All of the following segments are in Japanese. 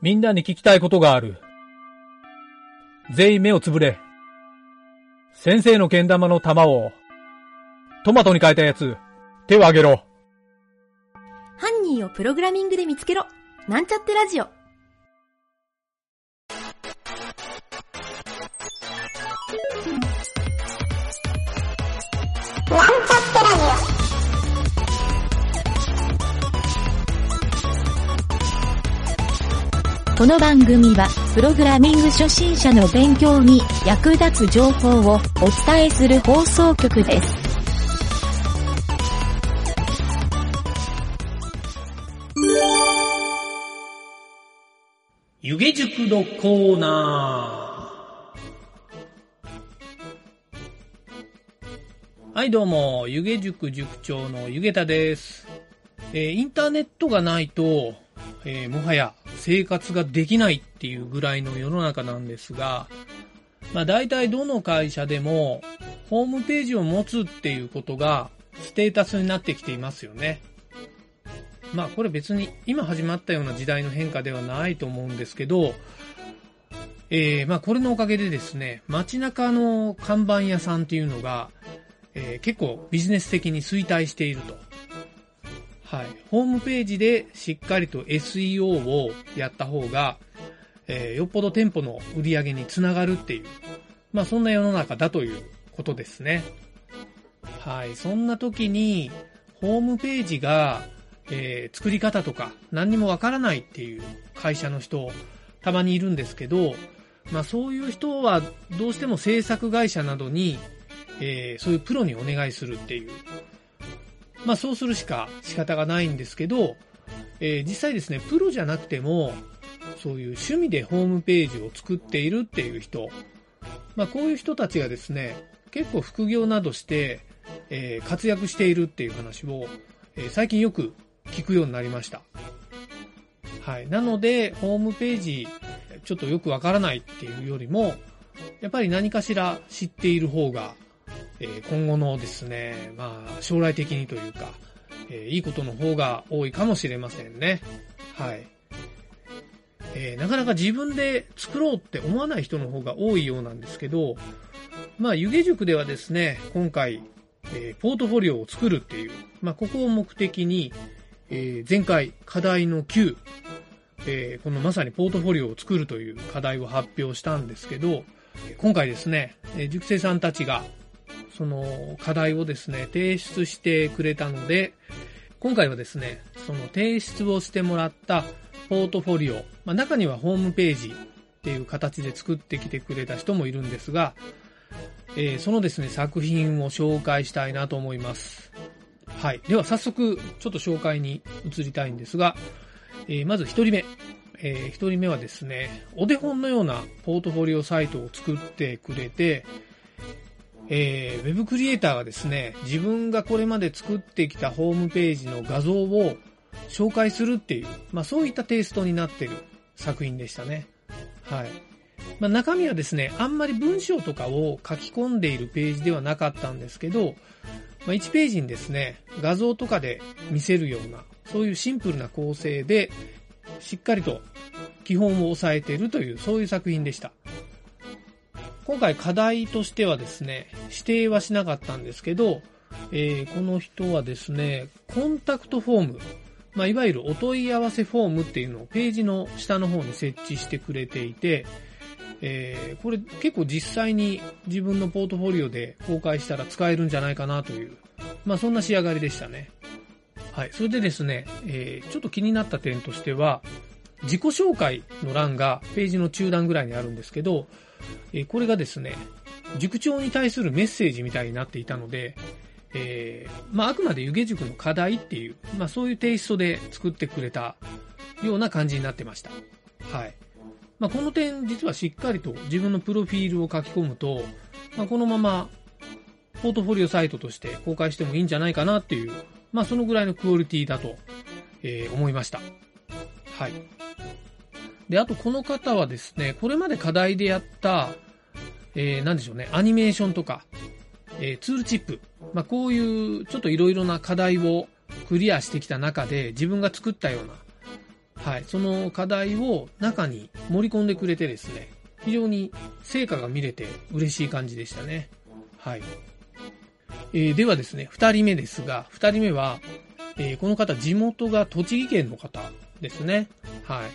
みんなに聞きたいことがある。全員目をつぶれ。先生のけん玉の玉をトマトに変えたやつ、手を挙げろ。 犯人をプログラミングで見つけろ。なんちゃってラジオ。 この番組はプログラミング初心者の勉強に役立つ情報をお伝えする放送局です。 湯気塾のコーナー。はい、どうも湯気塾塾長の湯気田です。インターネットがないと、もはや生活ができないっていうぐらいの世の中なんですが、大体どの会社でもホームページを持つっていうことがステータスになってきていますよね。これ別に今始まったような時代の変化ではないと思うんですけど、これのおかげでですね、街中の看板屋さんっていうのが、結構ビジネス的に衰退していると。はい。ホームページでしっかりと SEO をやった方が、よっぽど店舗の売り上げにつながるっていう、そんな世の中だということですね。はい。そんな時に、ホームページが、作り方とか何にもわからないっていう会社の人、たまにいるんですけど、そういう人はどうしても制作会社などに、そういうプロにお願いするっていう、そうするしか仕方がないんですけど、実際ですね、プロじゃなくても、そういう趣味でホームページを作っているっていう人、こういう人たちがですね、結構副業などして、活躍しているっていう話を、最近よく聞くようになりました。はい。なので、ホームページ、ちょっとよくわからないっていうよりも、やっぱり何かしら知っている方が、今後のですね、将来的にというか、いいことの方が多いかもしれませんね。はい。なかなか自分で作ろうって思わない人の方が多いようなんですけど、湯気塾ではですね、今回、ポートフォリオを作るっていう、ここを目的に、前回課題の9、このまさにポートフォリオを作るという課題を発表したんですけど、今回ですね、塾生さんたちがその課題をですね、提出してくれたので、今回はですね、その提出をしてもらったポートフォリオ、中にはホームページっていう形で作ってきてくれた人もいるんですが、そのですね、作品を紹介したいなと思います。はい。では早速、ちょっと紹介に移りたいんですが、まず一人目。一人目はですね、お手本のようなポートフォリオサイトを作ってくれて、ウェブクリエイターがですね、自分がこれまで作ってきたホームページの画像を紹介するっていう、そういったテイストになっている作品でしたね。はい。中身はですね、あんまり文章とかを書き込んでいるページではなかったんですけど、1ページにですね、画像とかで見せるような、そういうシンプルな構成で、しっかりと基本を押さえているという、そういう作品でした。今回課題としてはですね、指定はしなかったんですけど、この人はですね、コンタクトフォーム、いわゆるお問い合わせフォームっていうのをページの下の方に設置してくれていて、これ結構実際に自分のポートフォリオで公開したら使えるんじゃないかなという、そんな仕上がりでしたね。はい。それでですね、ちょっと気になった点としては、自己紹介の欄がページの中段ぐらいにあるんですけど、これがですね、塾長に対するメッセージみたいになっていたので、あくまで湯気塾の課題っていう、そういうテイストで作ってくれたような感じになってました。はい。この点実はしっかりと自分のプロフィールを書き込むと、このままポートフォリオサイトとして公開してもいいんじゃないかなっていう、そのぐらいのクオリティだと、思いました。はい。で、あとこの方はですね、これまで課題でやった、なんでしょうね、アニメーションとか、ツールチップ、こういうちょっといろいろな課題をクリアしてきた中で自分が作ったような、 はい、その課題を中に盛り込んでくれてですね、非常に成果が見れて嬉しい感じでしたね。はい。ではですね、2人目ですが、2人目は、この方、地元が栃木県の方ですね。はい。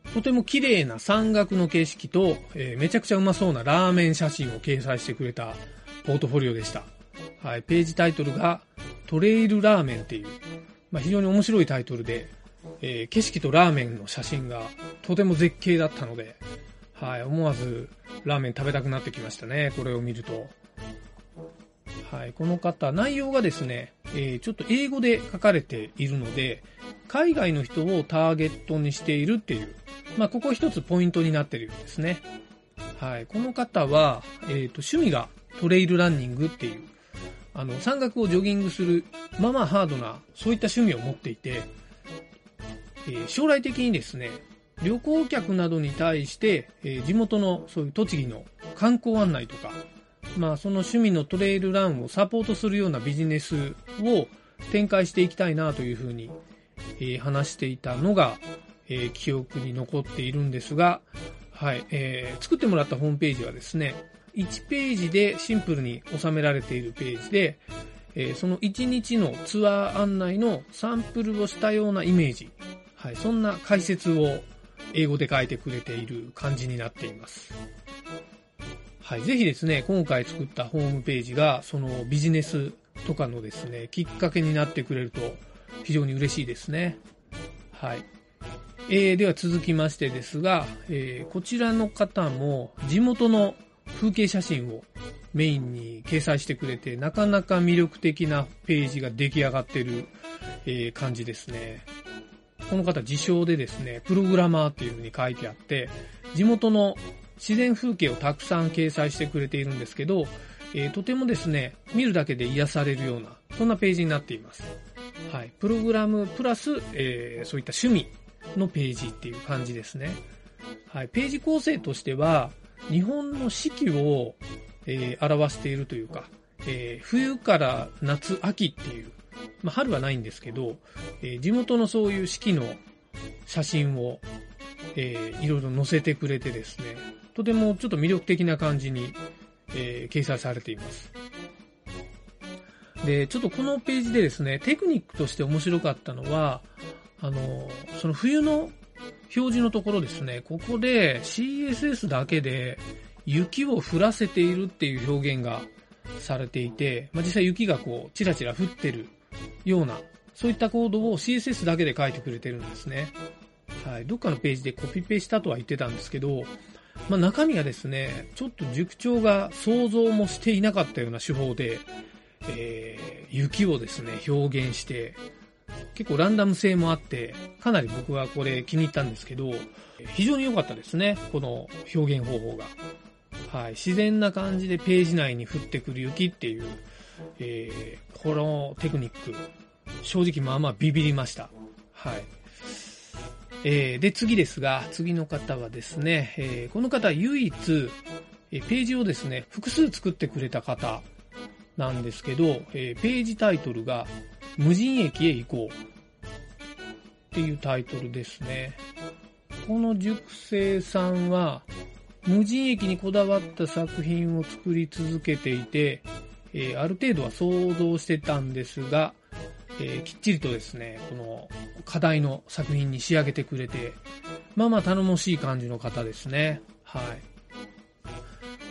とても綺麗な山岳の景色と、めちゃくちゃうまそうなラーメン写真を掲載してくれたポートフォリオでした。はい。ページタイトルが、トレイルラーメンっていう、非常に面白いタイトルで、景色とラーメンの写真がとても絶景だったので、はい。思わずラーメン食べたくなってきましたね。これを見ると。はい、この方、内容がですね、ちょっと英語で書かれているので、海外の人をターゲットにしているっていう、ここ一つポイントになっているようですね。はい、この方は、趣味がトレイルランニングっていう、山岳をジョギングする、ハードな、そういった趣味を持っていて、将来的にですね、旅行客などに対して、地元のそういう栃木の観光案内とか、その趣味のトレイルランをサポートするようなビジネスを展開していきたいなというふうに、話していたのが、記憶に残っているんですが、はい、作ってもらったホームページはですね、1ページでシンプルに収められているページで、その1日のツアー案内のサンプルをしたようなイメージ、はい、そんな解説を英語で書いてくれている感じになっています。はい、ぜひですね、今回作ったホームページが、そのビジネスとかのですね、きっかけになってくれると非常に嬉しいですね。はい。では続きましてですが、こちらの方も地元の風景写真をメインに掲載してくれて、なかなか魅力的なページが出来上がっている、感じですね。この方自称でですね、プログラマーっていう風に書いてあって、地元の自然風景をたくさん掲載してくれているんですけど、とてもですね、見るだけで癒されるような、そんなページになっています。はい。プログラムプラス、そういった趣味のページっていう感じですね。はい。ページ構成としては、日本の四季を、表しているというか、冬から夏、秋っていう、春はないんですけど、地元のそういう四季の写真を、いろいろ載せてくれてですね、とてもちょっと魅力的な感じに、掲載されています。で、ちょっとこのページでですね、テクニックとして面白かったのは、その冬の表示のところですね、ここで CSS だけで雪を降らせているっていう表現がされていて、実際雪がこう、チラチラ降ってるような、そういったコードを CSS だけで書いてくれてるんですね。はい。どっかのページでコピペしたとは言ってたんですけど、中身がですね、ちょっと塾長が想像もしていなかったような手法で、雪をですね、表現して、結構ランダム性もあって、かなり僕はこれ気に入ったんですけど、非常に良かったですね、この表現方法が。はい。自然な感じでページ内に降ってくる雪っていう、このテクニック、正直ビビりました。はい。で、次ですが、次の方はですね、この方唯一、ページをですね、複数作ってくれた方なんですけど、ページタイトルが、無人駅へ行こうっていうタイトルですね。この塾生さんは、無人駅にこだわった作品を作り続けていて、ある程度は想像してたんですが、きっちりとですね、この課題の作品に仕上げてくれて、頼もしい感じの方ですね。はい。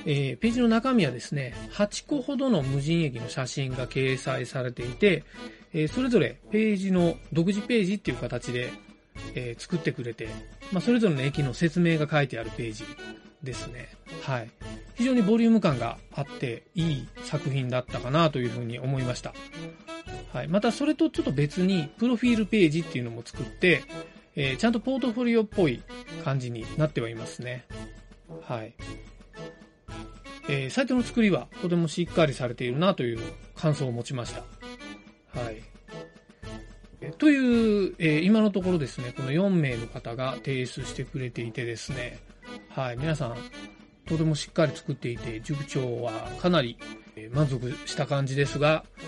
ページの中身はですね、8個ほどの無人駅の写真が掲載されていて、それぞれページの独自ページっていう形で、作ってくれて、それぞれの駅の説明が書いてあるページですね。はい。非常にボリューム感があって、いい作品だったかなというふうに思いました。はい。またそれとちょっと別に、プロフィールページっていうのも作って、ちゃんとポートフォリオっぽい感じになってはいますね。はい。サイトの作りはとてもしっかりされているなという感想を持ちました。はい。という、今のところですね、この4名の方が提出してくれていてですね、はい。皆さん、とてもしっかり作っていて、塾長はかなり満足した感じですが、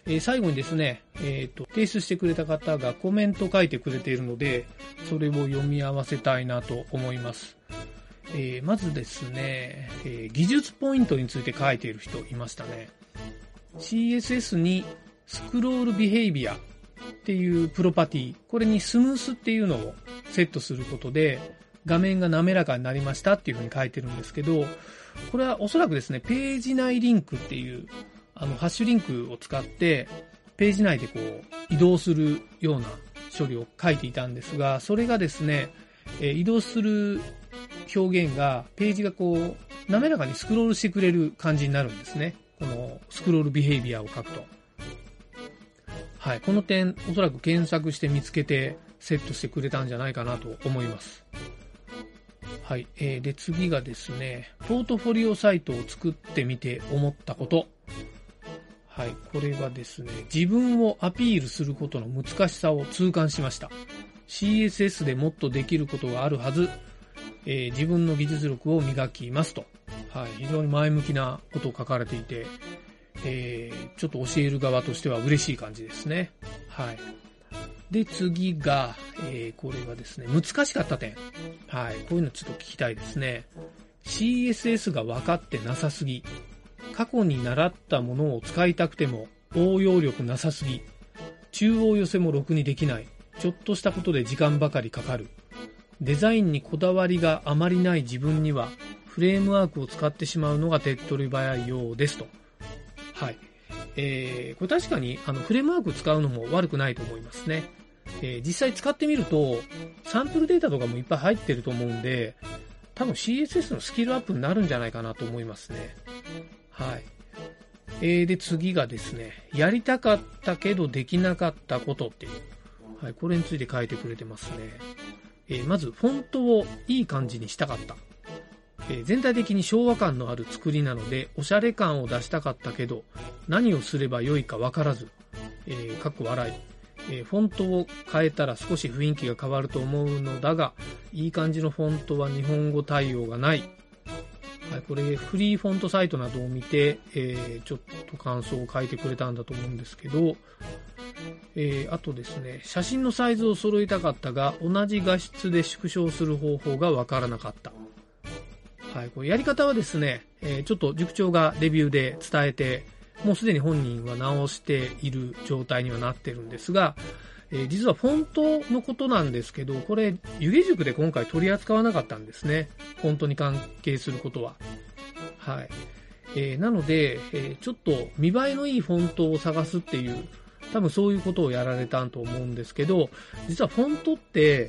最後にですね、提出してくれた方がコメントを書いてくれているので、それを読み合わせたいなと思います。まずですね、技術ポイントについて書いている人いましたね。CSS にスクロールビヘイビアっていうプロパティ、これにスムースっていうのをセットすることで画面が滑らかになりましたっていうふうに書いてるんですけど、これはおそらくですね、ページ内リンクっていうハッシュリンクを使ってページ内でこう移動するような処理を書いていたんですが、それがですね、移動する表現がページがこう滑らかにスクロールしてくれる感じになるんですね。このスクロールビヘイビアを書くと。はい、この点おそらく検索して見つけてセットしてくれたんじゃないかなと思います。はい、で次がですね、ポートフォリオサイトを作ってみて思ったこと。はい、これはですね、自分をアピールすることの難しさを痛感しました。CSS でもっとできることがあるはず。自分の技術力を磨きますと。はい、非常に前向きなことを書かれていて、ちょっと教える側としては嬉しい感じですね。はい。で、次が、これはですね、難しかった点。はい、こういうのちょっと聞きたいですね。CSS が分かってなさすぎ。過去に習ったものを使いたくても応用力なさすぎ。中央寄せもろくにできない。ちょっとしたことで時間ばかりかかる。デザインにこだわりがあまりない自分にはフレームワークを使ってしまうのが手っ取り早いようですと。はい。これ確かにフレームワークを使うのも悪くないと思いますね。実際使ってみるとサンプルデータとかもいっぱい入ってると思うんで、多分 CSS のスキルアップになるんじゃないかなと思いますね。はい。で次がですね、やりたかったけどできなかったことっていう、はい、これについて書いてくれてますね。まずフォントをいい感じにしたかった。全体的に昭和感のある作りなのでおしゃれ感を出したかったけど何をすればよいか分からず、かっこ笑い、フォントを変えたら少し雰囲気が変わると思うのだが、いい感じのフォントは日本語対応がない。はい、これフリーフォントサイトなどを見て、ちょっと感想を書いてくれたんだと思うんですけど、あとですね、写真のサイズを揃えたかったが同じ画質で縮小する方法が分からなかった。はい、これやり方はですね、ちょっと塾長がレビューで伝えて、もうすでに本人は直している状態にはなってるんですが、実はフォントのことなんですけど、これ湯気塾で今回取り扱わなかったんですね。フォントに関係することは。はい。なので、ちょっと見栄えのいいフォントを探すっていう、多分そういうことをやられたと思うんですけど、実はフォントって、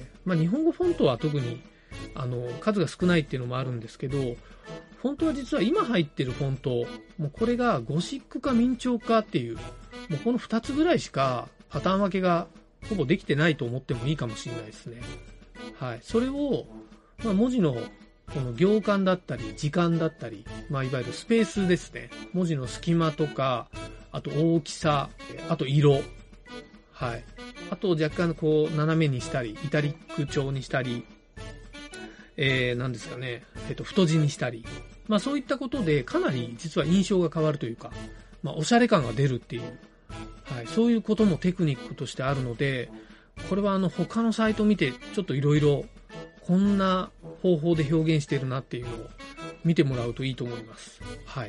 日本語フォントは特に数が少ないっていうのもあるんですけど、フォントは実は今入ってるフォント、もうこれがゴシックか明朝かっていう、もうこの2つぐらいしかパターン分けがほぼできてないと思ってもいいかもしれないですね。はい。それを、文字のこの行間だったり時間だったり、いわゆるスペースですね。文字の隙間とか、あと大きさ、あと色、はい。あと若干こう斜めにしたり、イタリック調にしたり、何ですかね、太字にしたり、そういったことでかなり実は印象が変わるというか、おしゃれ感が出るっていう、はい、そういうこともテクニックとしてあるので、これは他のサイトを見てちょっといろいろこんな方法で表現しているなっていうのを見てもらうといいと思います。はい。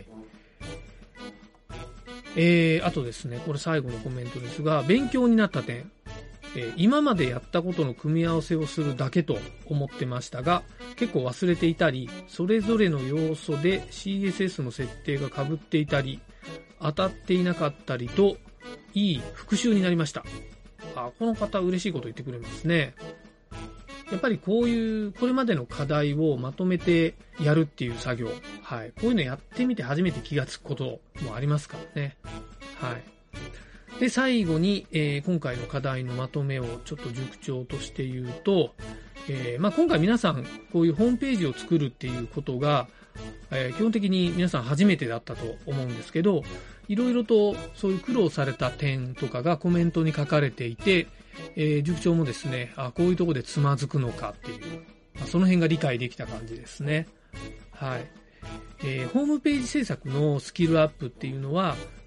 あとですね、これ最後のコメントですが、勉強になった点、今までやったことの組み合わせをするだけと思ってましたが、結構忘れていたり、それぞれの要素で CSS の設定が被っていたり、当たっていなかったりと、いい復習になりました。この方嬉しいこと言ってくれますね。やっぱりこういうこれまでの課題をまとめてやるっていう作業、はい、こういうのやってみて初めて気がつくこともありますからね。はい。で最後に、今回の課題のまとめをちょっと塾長として言うと、今回皆さんこういうホームページを作るっていうことが、基本的に皆さん初めてだったと思うんですけど、いろいろとそういう苦労された点とかがコメントに書かれていて、塾長もですね、こういうところでつまずくのかっていう、その辺が理解できた感じですね。はい。ホームページ制作のスキルアップっていうのは、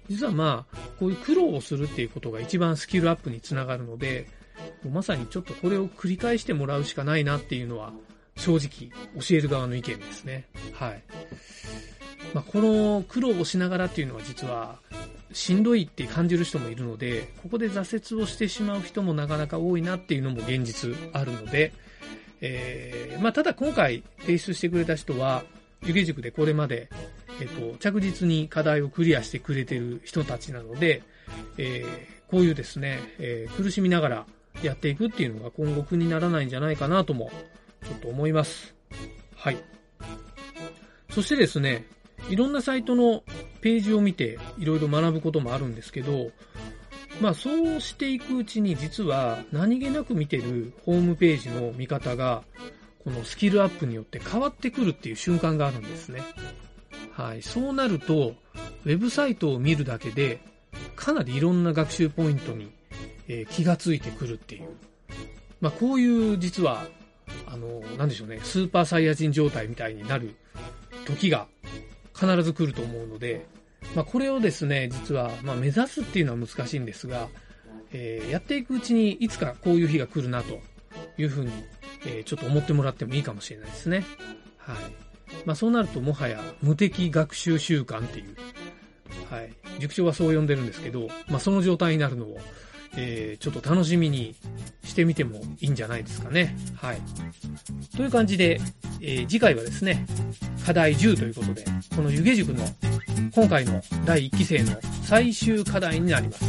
実はまあ、こういう苦労をするっていうことが一番スキルアップにつながるので、まさにちょっとこれを繰り返してもらうしかないなっていうのは、正直教える側の意見ですね。はい。まあ、この苦労をしながらっていうのは実は、しんどいって感じる人もいるので、ここで挫折をしてしまう人もなかなか多いなっていうのも現実あるので、まあ、ただ今回提出してくれた人は、湯気塾でこれまで、着実に課題をクリアしてくれている人たちなので、こういうですね、苦しみながらやっていくっていうのが今後苦にならないんじゃないかなとも、ちょっと思います。はい。そしてですね、いろんなサイトのページを見ていろいろ学ぶこともあるんですけど、まあそうしていくうちに実は何気なく見てるホームページの見方がこのスキルアップによって変わってくるっていう瞬間があるんですね。はい。そうなると、ウェブサイトを見るだけでかなりいろんな学習ポイントに気がついてくるっていう。まあこういう実は、なんでしょうね、スーパーサイヤ人状態みたいになる時が必ず来ると思うので、まあこれをですね、実は、まあ目指すっていうのは難しいんですが、やっていくうちにいつかこういう日が来るなというふうに、ちょっと思ってもらってもいいかもしれないですね。はい。まあそうなるともはや無敵学習習慣っていう、はい。塾長はそう呼んでるんですけど、まあその状態になるのを、ちょっと楽しみにしてみてもいいんじゃないですかね。はい。という感じで、次回はですね、課題10ということで、この湯気塾の今回の第1期生の最終課題になります。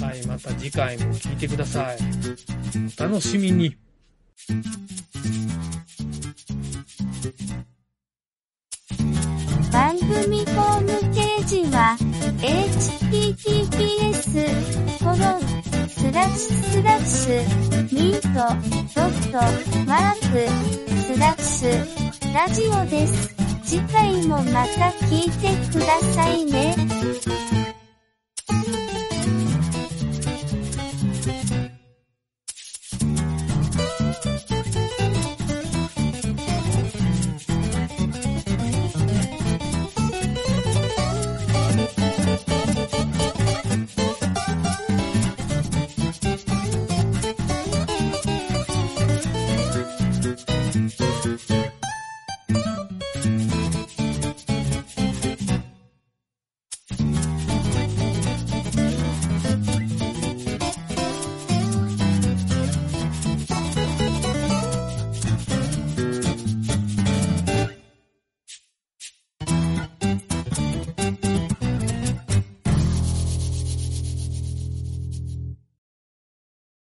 はい。また次回も聞いてください。お楽しみに。 番組ホームページは https://mint.mark/ラジオです。次回もまた聞いてくださいね。